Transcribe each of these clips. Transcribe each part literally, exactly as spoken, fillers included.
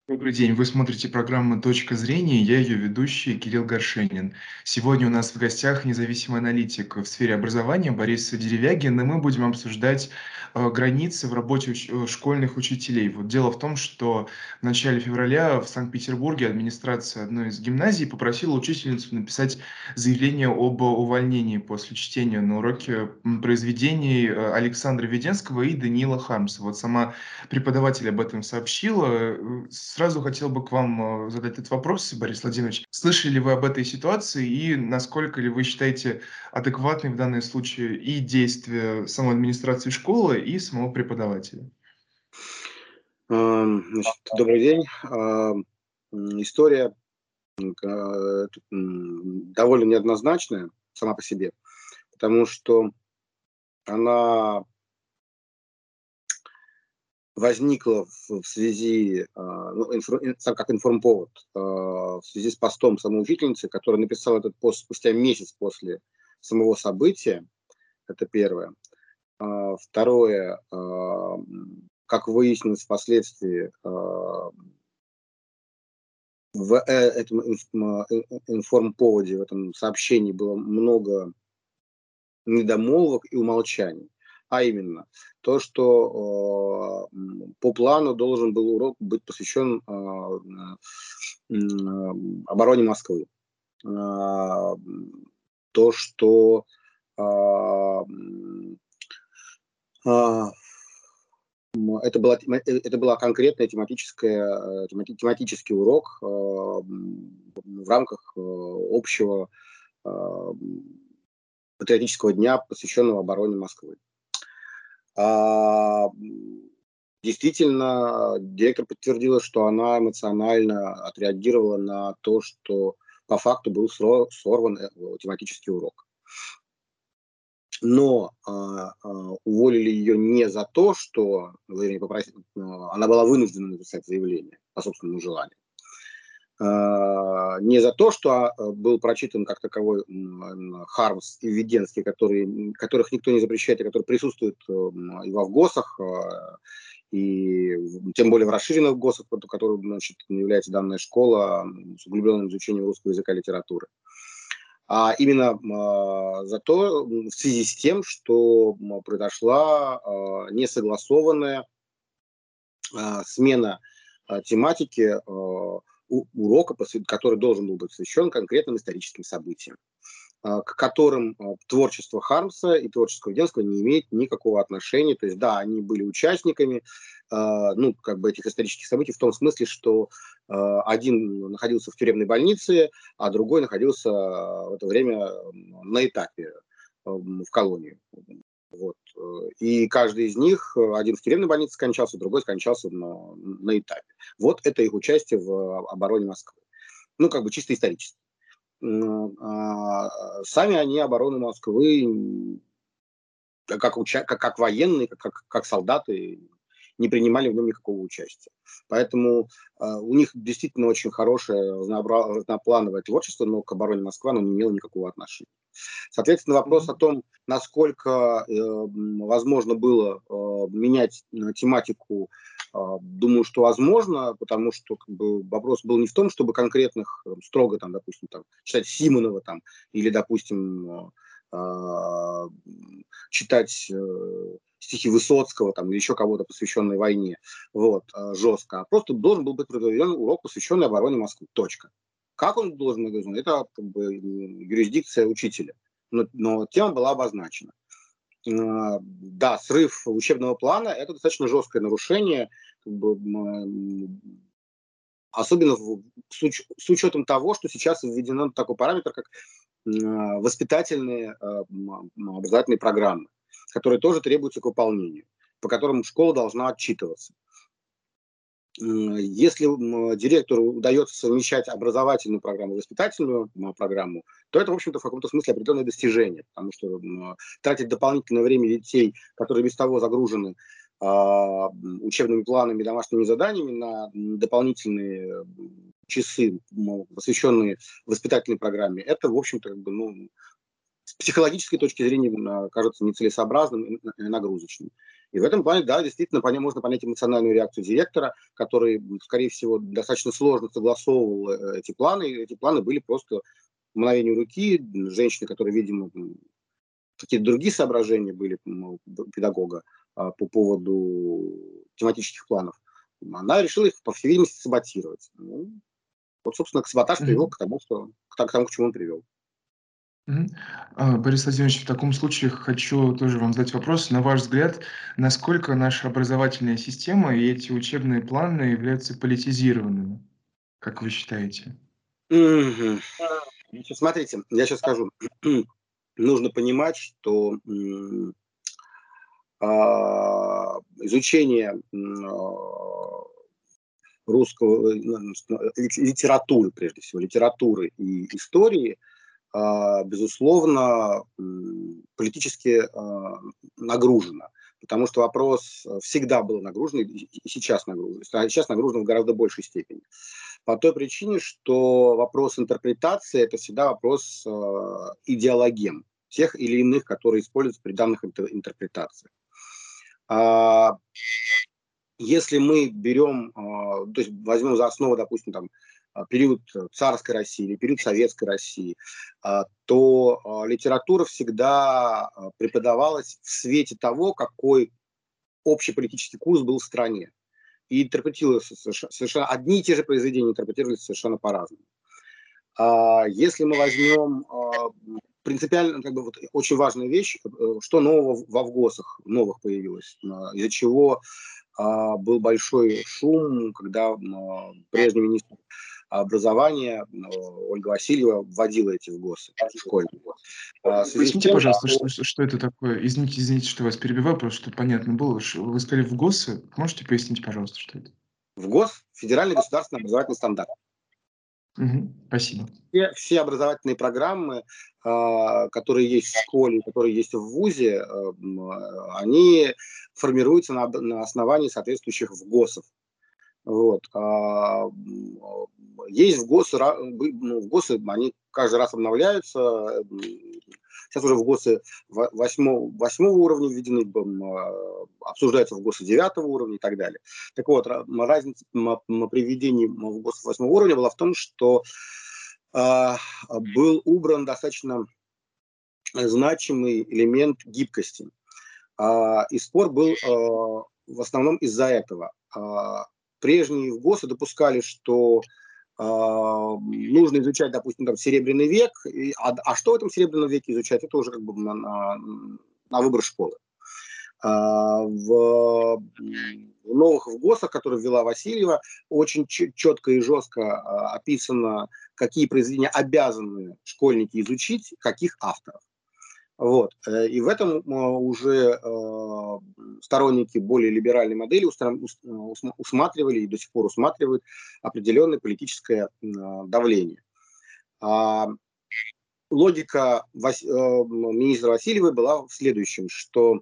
Добрый день, вы смотрите программу "Точка зрения", я ее ведущий Кирилл Горшенин. Сегодня у нас в гостях независимый аналитик в сфере образования Борис Деревягин, и мы будем обсуждать э, границы в работе уч- э, школьных учителей. Вот дело в том, что в начале февраля в Санкт-Петербурге администрация одной из гимназий попросила учительницу написать заявление об увольнении после чтения на уроке м, произведений э, Александра Веденского и Даниила Хармса. Вот сама преподаватель об этом сообщила. Э, Сразу хотел бы к вам э, задать этот вопрос, Борис Владимирович. Слышали ли вы об этой ситуации и насколько ли вы считаете адекватной в данном случае и действия самой администрации школы, и самого преподавателя? Ам, Значит, добрый день. Ам, м, История м, ка- тут, м, довольно неоднозначная сама по себе, потому что она возникла в, в связи, а, ну, инфор- ин- сам как информповод, а, в связи с постом самой учительницы, которая написала этот пост спустя месяц после самого события. Это первое. А, Второе, а, м, как выяснилось впоследствии, а, В, э, этом инф ма э э информповоде, в этом сообщении было много недомолвок и умолчаний. А именно, то, что, э, м, по плану должен был урок быть посвящен, а, м, м, обороне Москвы. А, м, То, что, а, м, а М, это была тема э, это была конкретная тематическая, э, темати тематический урок, а, м, в рамках, э, общего, а, м, патриотического дня, посвященного обороне Москвы. А, м, Действительно, директор подтвердила, что она эмоционально отреагировала на то, что по факту был сро сорван, э, тематический урок. Но, а, а, уволили ее не за то, что, вернее, попроси а, она была вынуждена написать заявление по собственному желанию. А, не за то, что, а, был прочитан как таковой, м, м, Хармс и Введенский, которые, м, которых никто не запрещает, и которые присутствуют, м, и во ВГОСах, а, и в тем более в расширенных ГОСах, вот, которым, значит, является данная школа, м, с углубленным изучением русского языка и литературы. А именно, а, за то, м, в связи с тем, что, м, произошла, а, несогласованная, а, смена, а, тематики, а, у урока, посвя который должен был быть посвящен конкретным историческим событиям, а, к которым, а, творчество Хармса и творчество Веденского не имеет никакого отношения. То есть, да, они были участниками, а, ну, как бы этих исторических событий в том смысле, что, а, один находился в тюремной больнице, а другой находился, а, в это время, м, на этапе, ам, в колонии. Вот. э, И каждый из них, э, один в тюремной больнице скончался, другой скончался на, на этапе. Вот это их участие в а, обороне Москвы. Ну, как бы чисто исторически. М, а, Сами они оборону Москвы, м, как, уча- как, как военные, как, как, как солдаты, не принимали в нем никакого участия. Поэтому а, у них действительно очень хорошее разнобра- разноплановое творчество, но к обороне Москвы оно не имело никакого отношения. Соответственно, вопрос о том, насколько, э, м, возможно было, э, менять, э, тематику, а, думаю, что возможно, потому что как бы вопрос был не в том, чтобы конкретных, э, строго там, допустим, там, читать Симонова там или, допустим, э, а, м, читать, э, стихи Высоцкого там или еще кого-то, посвященные войне, вот, э, жестко, а просто должен был быть проведен урок, посвященный обороне Москвы. Точка. Как он должен быть сделан, это как бы м, юрисдикция учителя. Но, но тема была обозначена. А, Да, срыв учебного плана – это достаточно жесткое нарушение, как бы, м, особенно в- с, уч- с учетом того, что сейчас введен такой параметр, как м, воспитательные, а, м, образовательные программы, которые тоже требуются к выполнению, по которым школа должна отчитываться. М, Если м, директору удается совмещать образовательную программу и воспитательную, м, программу, то это, в общем-то, в каком-то смысле определенное достижение, потому что, м, тратить дополнительное время детей, которые без того загружены, а, м, учебными планами, домашними заданиями, на, м, дополнительные, м, часы, м, посвященные воспитательной программе, это, в общем-то, как бы, ну, с психологической точки зрения, м, кажется нецелесообразным и н- и нагрузочным. И в этом плане, да, действительно, понять, можно понять эмоциональную реакцию директора, который, скорее всего, достаточно сложно согласовывал э, эти планы. И эти планы были просто в мгновение руки. Женщины, которые, видимо, какие-то другие соображения были у педагога а, по поводу тематических планов, она решила их, по всей видимости, саботировать. Ну, вот, собственно, саботаж привел Мгм. к тому, что, к тому, к чему он привел. Мгм. А, Борис Владимирович, в таком случае хочу тоже вам задать вопрос. На ваш взгляд, насколько наша образовательная система и эти учебные планы являются политизированными, как вы считаете? Мгм. Значит, смотрите, я сейчас скажу. Нужно понимать, что м, а, изучение м, а, русского, э, ну, литературы, прежде всего, литературы и истории, а, безусловно, м, политически а, нагружено. Потому что вопрос э, всегда был нагружен и и сейчас нагружен. А сейчас нагружен в гораздо большей степени. По той причине, что вопрос интерпретации – это всегда вопрос э, идеологем тех или иных, которые используются при данных интер- интерпретациях. А, если мы берем, а, то есть возьмем за основу, допустим, там, а, период царской России или период советской России, а, то а, литература всегда а, преподавалась в свете того, какой общий политический курс был в стране. И интерпретировались совершенно, совершенно одни и те же произведения интерпретировались совершенно по-разному. А, если мы возьмем а, принципиально, как бы вот очень важная вещь, э, что нового во ВГОСах новых появилось, а, из-за чего а, был большой шум, когда а, прежний министр образования а, Ольга Васильева вводила эти ВГОСы школьные. А, в связи с Поясните, тем, пожалуйста, что что, что что это такое? Извините, извините, что вас перебиваю, просто чтобы понятно было. Ш- Вы сказали в ГОСы. Можете пояснить, пожалуйста, что это? ВГОС – федеральный государственный образовательный стандарт. Мгм. Спасибо. Все, все образовательные программы, а, которые есть в школе, которые есть в ВУЗе, а, м, а, они формируются на, на основании соответствующих ВГОСов. Вот. А, м, есть в ГОСы, ра- бы- ну, в ГОСы, они каждый раз обновляются. м, Сейчас уже в ГОСы во- восьмого, восьмого уровня введены, м, а, обсуждаются в ГОСы девятого уровня и так далее. Так вот, ра- м, разница м, м, при введении в ГОСов восьмого уровня была в том, что а, был убран достаточно значимый элемент гибкости. А, и спор был а, в основном из-за этого. А, прежние ВГОСы допускали, что а, нужно изучать, допустим, там, Серебряный век, и, а, а что в этом Серебряном веке изучать, это уже как бы на, на, на выбор школы. А, в, в новых ВГОСах, которые ввела Васильева, очень четко и жестко а, описано, какие произведения обязаны школьники изучить, каких авторов. Вот. э, И в этом э, уже э, сторонники более либеральной модели устра- ус- э, усма- усматривали и до сих пор усматривают определенное политическое э, давление. А логика Вас- э, министра Васильевой была в следующем, что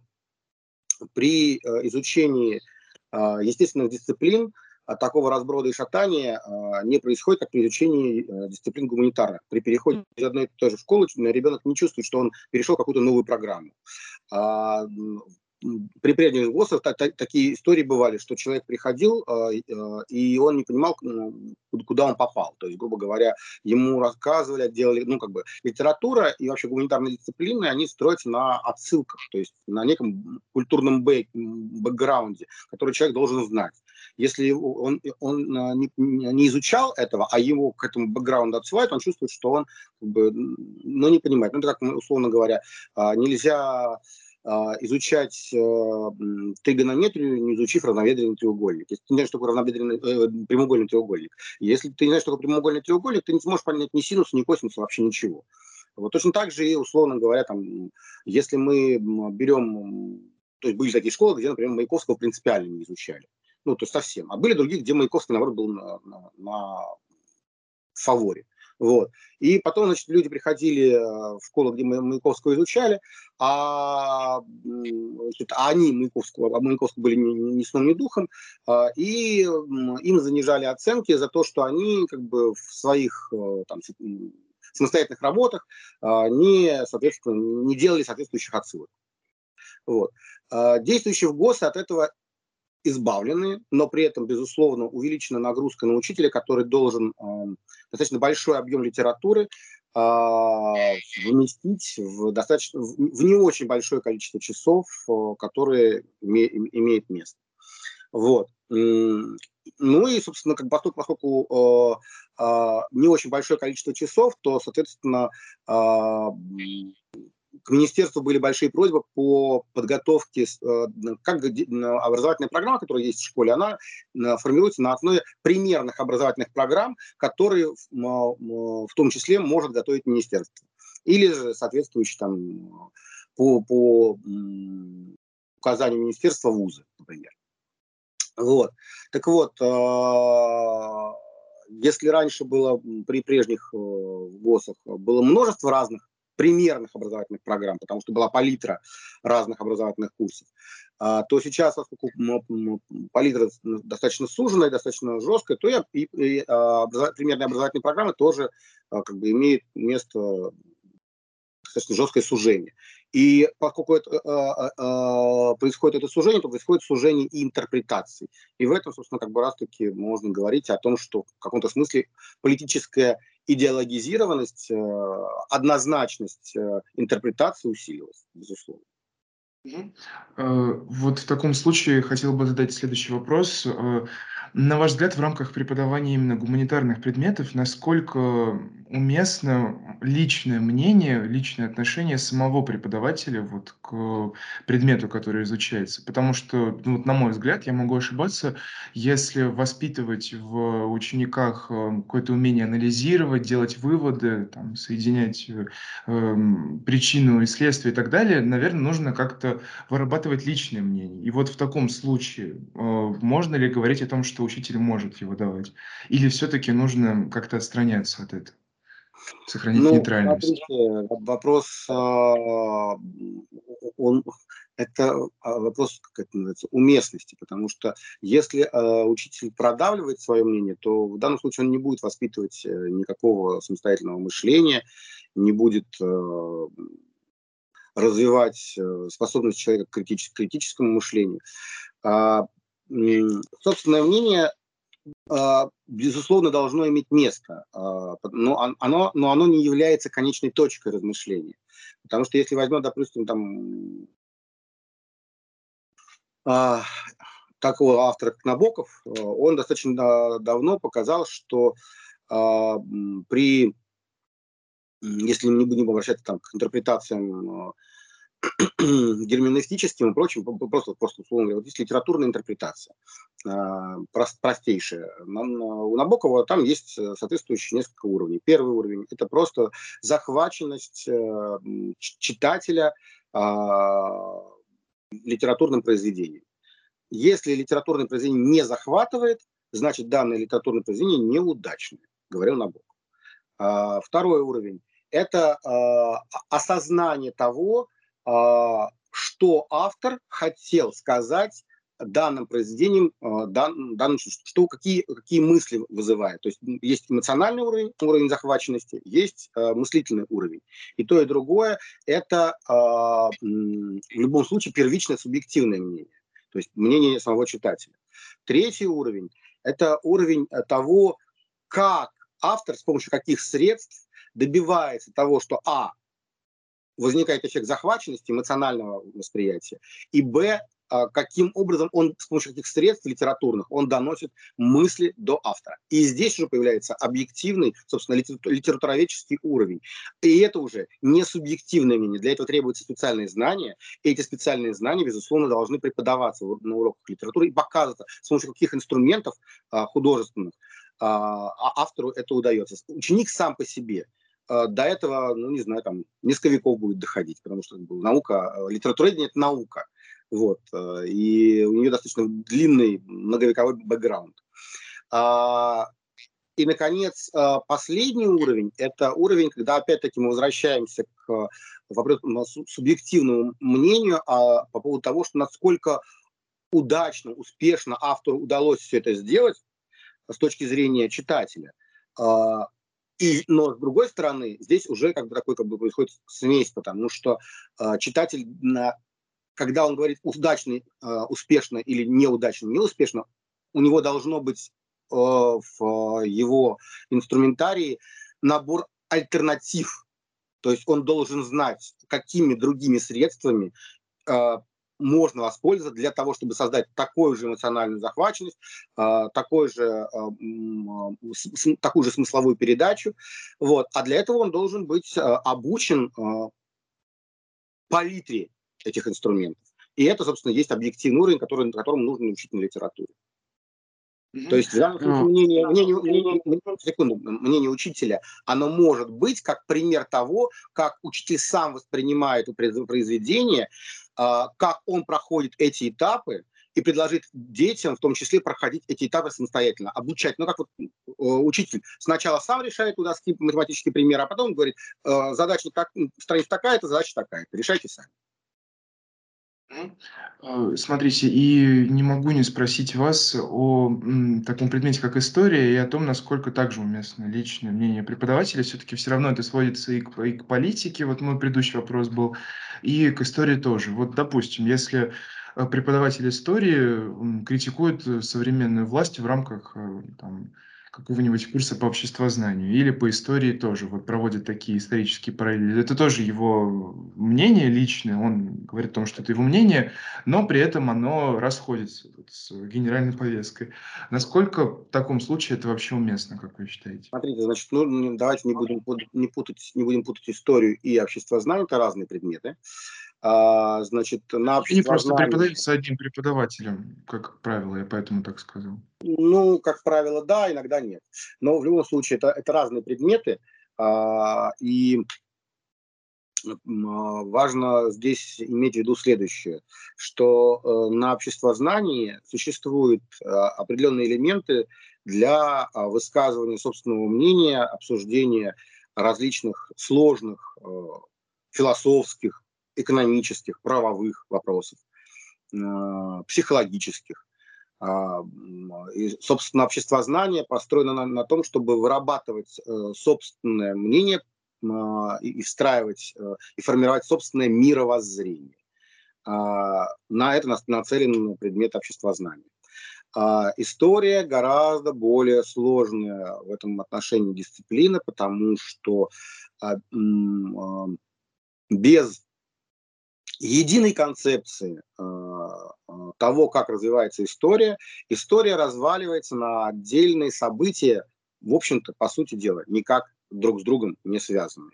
при э, изучении э, естественных дисциплин а, такого разброда и шатания а, не происходит, как при изучении э, дисциплин гуманитарных. При переходе из одной и той же школы ребенок не чувствует, что он перешел какую-то новую программу. А, м, при прежних ГОСах та- та- такие истории бывали, что человек приходил, а, и а, и он не понимал, м, куда куда он попал. То есть, грубо говоря, ему рассказывали, делали, ну, как бы, литература и вообще гуманитарные дисциплины, они строятся на отсылках, то есть на неком культурном бэк, бэкграунде, который человек должен знать. Если он, он а, не, не изучал этого, а его к этому бэкграунду отсылают, он чувствует, что он, как бы, ну, не понимает. Ну, это как, условно говоря, а, нельзя а, изучать э, м, тригонометрию, не изучив равнобедренный треугольник. Если ты не знаешь, что такое равнобедренный, э, прямоугольный треугольник. Если ты не знаешь, что такое прямоугольный треугольник, ты не сможешь понять ни синус, ни косинус, вообще ничего. Вот точно так же и, условно говоря, там, если мы м, берем, м, то есть были такие школы, где, например, Маяковского принципиально не изучали. Ну, то есть совсем. А были другие, где Маяковский, наоборот, был на, на, на фаворе. Вот. И потом, значит, люди приходили э, в школу, где Маяковского изучали, а, значит, а они Маяковского, а Маяковского были ни, ни сном, ни духом, а, и им занижали оценки за то, что они как бы в своих э, там, самостоятельных работах а, не, соответственно, не делали соответствующих отсылок. Вот. А, действующие в ГОСы от этого избавлены, но при этом, безусловно, увеличена нагрузка на учителя, который должен э, достаточно большой объем литературы э, вместить в, достаточно, в, в не очень большое количество часов, э, которые име, имеет место. Вот. Ну и, собственно, как поскольку, поскольку э, э, не очень большое количество часов, то, соответственно, э, к министерству были большие просьбы по подготовке, э, как образовательная программа, которая есть в школе, она э, формируется на основе примерных образовательных программ, которые в, в том числе может готовить министерство. Или же соответствующие там по, по указанию министерства вузы, например. Вот. Так вот, если раньше было при прежних ГОСах было множество разных примерных образовательных программ, потому что была палитра разных образовательных курсов, то сейчас, поскольку палитра достаточно суженная, достаточно жесткая, то и, и, и примерные образовательные программы тоже как бы имеют место достаточно жесткое сужение. И поскольку это, э, э, происходит это сужение, то происходит сужение и интерпретации. И в этом, собственно, как бы раз-таки можно говорить о том, что в каком-то смысле политическая идеологизированность, э, однозначность э, интерпретации усилилась, безусловно. Мгм. Э, Вот в таком случае хотел бы задать следующий вопрос. Э, На ваш взгляд, в рамках преподавания именно гуманитарных предметов, насколько уместно личное мнение, личное отношение самого преподавателя вот к предмету, который изучается? Потому что, ну, вот на мой взгляд, я могу ошибаться, если воспитывать в учениках э, какое-то умение анализировать, делать выводы, там, соединять э, эм, причину и следствие и так далее, наверное, нужно как-то вырабатывать личное мнение. И вот в таком случае э, можно ли говорить о том, что учитель может его давать? Или все-таки нужно как-то отстраняться от этого, сохранить Ну, нейтральность? смотрите, вопрос, а, он, это а, вопрос, как это называется, уместности, потому что если а, учитель продавливает свое мнение, то в данном случае он не будет воспитывать э, никакого самостоятельного мышления, не будет э, развивать э, способность человека к критическому, критическому мышлению. А, м, собственное мнение а, безусловно, должно иметь место, а, но он- оно, но оно не является конечной точкой размышления. Потому что если возьмем, допустим, там, а, такого автора, как Набоков, э, он достаточно да- давно показал, что а, м, при, м, если мы не будем обращаться там, к интерпретациям э, герменевтическим и прочим, п- п- просто, просто условно говоря, вот есть литературная интерпретация, а, прос- простейшая. Нам, а, у Набокова там есть э, соответствующие несколько уровней. Первый уровень – это просто захваченность э, м, ч- читателя а, литературным произведением. Если литературное произведение не захватывает, значит, данное литературное произведение неудачное, говорил Набоков. А, Второй уровень – это а, осознание того, а, что автор хотел сказать данным произведением, а, дан, данным, что, какие, какие мысли вызывает. То есть есть эмоциональный уровень, уровень захваченности, есть а, мыслительный уровень. И то, и другое – это а, м, в любом случае первичное субъективное мнение, то есть мнение самого читателя. Третий уровень – это уровень того, как автор с помощью каких средств добивается того, что а. возникает эффект захваченности, эмоционального восприятия, и б. каким образом он с помощью каких средств литературных он доносит мысли до автора. И здесь уже появляется объективный, собственно, литературоведческий уровень. И это уже не субъективное мнение. Для этого требуются специальные знания. И эти специальные знания, безусловно, должны преподаваться на уроках литературы и показываться, с помощью каких инструментов художественных автору это удается. Ученик сам по себе до этого, ну, не знаю, там, несколько веков будет доходить, потому что наука, литературоведение – это наука. Вот, и у нее достаточно длинный многовековой бэкграунд. И, наконец, последний уровень – это уровень, когда, опять-таки, мы возвращаемся к вопросу, субъективному мнению а, по поводу того, что насколько удачно, успешно автору удалось все это сделать с точки зрения читателя. И, но с другой стороны, здесь уже как бы такой как бы происходит смесь, потому что э, читатель на когда он говорит удачно, успешно или неудачно, неуспешно, у него должно быть в его инструментарии набор альтернатив. То есть он должен знать, какими другими средствами э, можно воспользоваться для того, чтобы создать такую же эмоциональную захваченность, э, такой же, э, с, такую же смысловую передачу. Вот. А для этого он должен быть э, обучен э, палитре этих инструментов. И это, собственно, есть объективный уровень, который, на котором нужно учить на литературе. То есть в данном случае мнение, мнение, мнение, мнение, секунду, мнение учителя, оно может быть как пример того, как учитель сам воспринимает произведение, как он проходит эти этапы, и предложить детям в том числе проходить эти этапы самостоятельно, обучать. Ну, как вот учитель сначала сам решает у доски математический пример, а потом говорит, задача так, страница такая-то, задача такая-то, решайте сами. Э, Смотрите, и не могу не спросить вас о м, таком предмете, как история, и о том, насколько также уместно личное мнение преподавателя. Все-таки все равно это сводится и к, и к политике, вот мой предыдущий вопрос был, и к истории тоже. Вот, допустим, если э, преподаватель истории м, критикует э, современную власть в рамках э, там, какого-нибудь курса по обществознанию или по истории тоже, вот проводит такие исторические параллели. Это тоже его мнение личное, он говорит о том, что это его мнение, но при этом оно расходится вот с генеральной повесткой. Насколько в таком случае это вообще уместно, как вы считаете? Смотрите, значит, ну, не- давайте не будем, пут- не, путать, не будем путать историю и обществознание, это разные предметы. А, значит, на Они просто обществознании, преподаются одним преподавателем, как правило, я поэтому так сказал. ну, как правило, да, иногда нет. Но в любом случае это, это разные предметы. А, и м, а, важно здесь иметь в виду следующее, что э, на обществознании существуют э, определенные элементы для а, высказывания собственного мнения, обсуждения различных сложных э, философских, экономических, правовых вопросов, э, психологических. А, м, и, собственно, обществознание построено на, на том, чтобы вырабатывать э, собственное мнение а, и, и встраивать э, и формировать собственное мировоззрение. А, на это нас- нацелен предмет обществознания. А, история гораздо более сложная в этом отношении дисциплина, потому что а, м, а, без единой концепции э, э, того, как развивается история, история разваливается на отдельные события, в общем-то, по сути дела, никак друг с другом не связанные.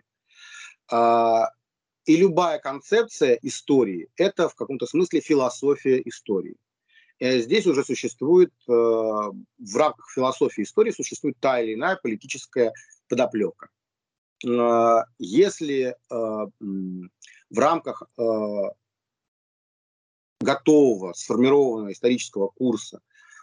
А, И любая концепция истории – это в каком-то смысле философия истории. Э, Здесь уже существует, э, в рамках философии истории существует та или иная политическая подоплека. Э, Если э, м, в рамках э, готового, сформированного исторического курса,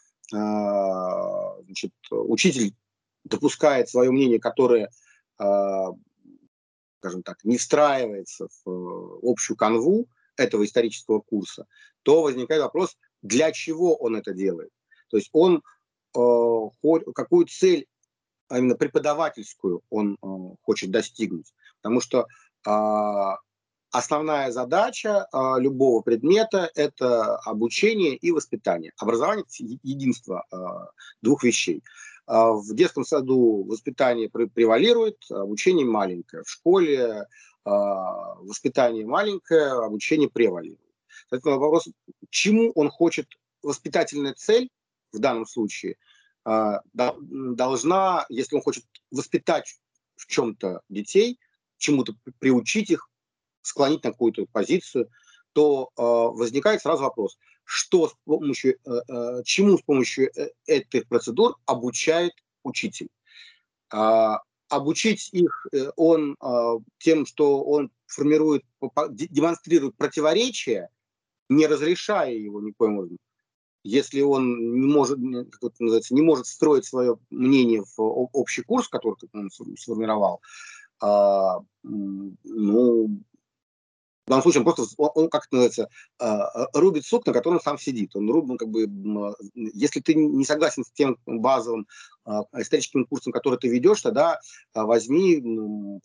а, значит, учитель допускает свое мнение, которое, а, скажем так, не встраивается в э, общую канву этого исторического курса, то возникает вопрос, для чего он это делает. То есть он э, какую цель, а именно преподавательскую, он э, хочет достигнуть. Потому что а, основная задача а, любого предмета – это обучение и воспитание. Образование – это единство а, двух вещей. А, в детском саду воспитание превалирует, обучение маленькое. В школе а, воспитание маленькое, обучение превалирует. Соответственно, вопрос, чему он хочет, воспитательная цель в данном случае а, должна, если он хочет воспитать в чем-то детей, чему-то приучить их, склонить на какую-то позицию, то э, возникает сразу вопрос, что с помощью, э, э, чему с помощью э, этих процедур обучает учитель. А, обучить их э, он э, тем, что он формирует, демонстрирует противоречия, не разрешая его никоим образом. Если он не может, как это называется, не может строить свое мнение в общий курс, который он сформировал, а, ну, в данном случае он просто, он, он, как это называется, а, рубит сук, на котором сам сидит. Он рубит, как бы, если ты не согласен с тем базовым а, историческим курсом, который ты ведешь, тогда а, возьми,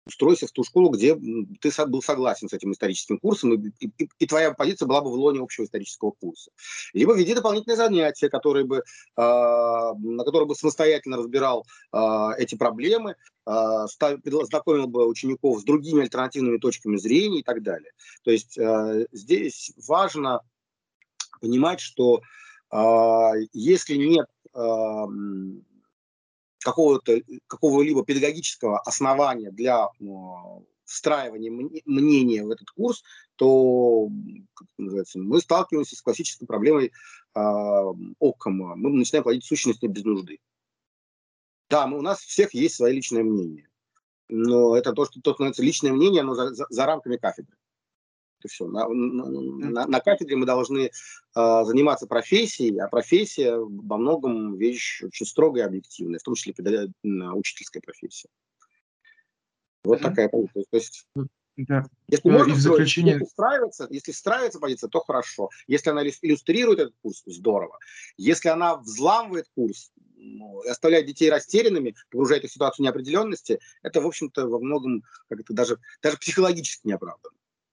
устройся в ту школу, где ты был согласен с этим историческим курсом, и, и, и твоя позиция была бы в лоне общего исторического курса. Либо веди дополнительные занятия, которые бы, э, на которые бы самостоятельно разбирал э, эти проблемы, э, став, знакомил бы учеников с другими альтернативными точками зрения и так далее. То есть э, здесь важно понимать, что э, если нет э, какого-то, какого-либо педагогического основания для э, встраивания мнения в этот курс, то, как называется, мы сталкиваемся с классической проблемой э, Оккама. Мы начинаем плодить сущности без нужды. Да, мы, у нас всех есть свое личное мнение, но это то, что то становится личное мнение, оно за, за, за рамками кафедры. Это все. На, на, на кафедре мы должны э, заниматься профессией, а профессия во многом вещь очень строгая и объективная, в том числе педагог, учительская профессия. Вот mm-hmm. такая позиция. То есть, да. если можно и в строить, заключение... если встраивается, если встраивается позиция, то хорошо. Если она иллюстрирует этот курс, здорово. Если она взламывает курс, ну, и оставляет детей растерянными, погружает их в ситуацию неопределенности, это, в общем-то, во многом как это даже, даже психологически неоправданно.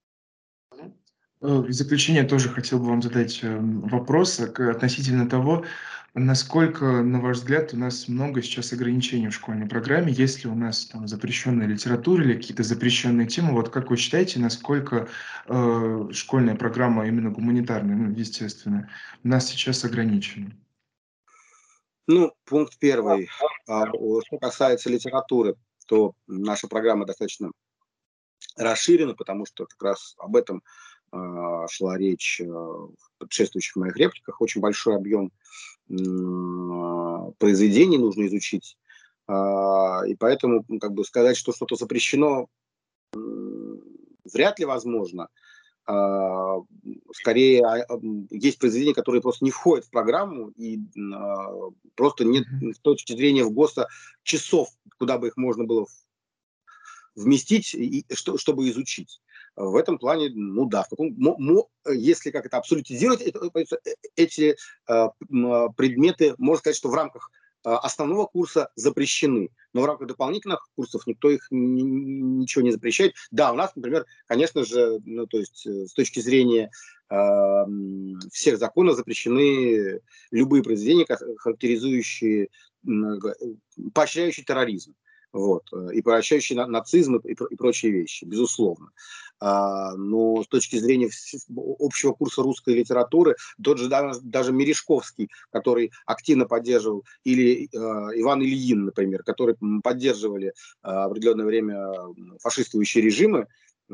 В заключение тоже хотел бы вам задать вопрос относительно того, насколько, на ваш взгляд, у нас много сейчас ограничений в школьной программе, есть ли у нас там запрещенная литература или какие-то запрещенные темы, вот как вы считаете, насколько э, школьная программа именно гуманитарная, ну, естественно, у нас сейчас ограничена? Ну, пункт первый. Что касается литературы, то наша программа достаточно расширена, потому что как раз об этом шла речь в предшествующих моих репликах. Очень большой объем произведений нужно изучить. И поэтому как бы сказать, что что-то запрещено, вряд ли возможно. Скорее, есть произведения, которые просто не входят в программу, и просто нет с точки зрения в ГОСТа часов, куда бы их можно было вместить, и, что, чтобы изучить. В этом плане, ну да, в каком, если как это абсолютизировать эти э, предметы, можно сказать, что в рамках основного курса запрещены, но в рамках дополнительных курсов никто их ни, ничего не запрещает. Да, у нас, например, конечно же, ну, то есть с точки зрения э, всех законов запрещены любые произведения, характеризующие, э, поощряющие терроризм. Вот, и поощряющий нацизм и, и прочие вещи, безусловно. А, но с точки зрения общего курса русской литературы, тот же даже, даже Мережковский, который активно поддерживал, или э, Иван Ильин, например, которые поддерживали э, определенное время фашистующие режимы, э,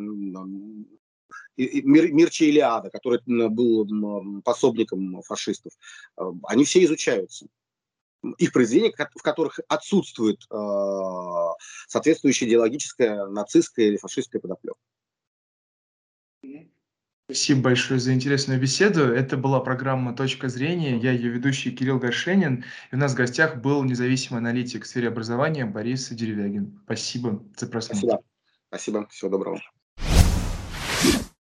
и Мир, Мирча Илиада, который был пособником фашистов, э, они все изучаются. Их произведения, в которых отсутствует э, соответствующая идеологическая, нацистская или фашистская подоплека. Спасибо большое за интересную беседу. Это была программа «Точка зрения». Я ее ведущий Кирилл Горшенин. И у нас в гостях был независимый аналитик в сфере образования Борис Деревягин. Спасибо за просмотр. Спасибо. Спасибо. Всего доброго.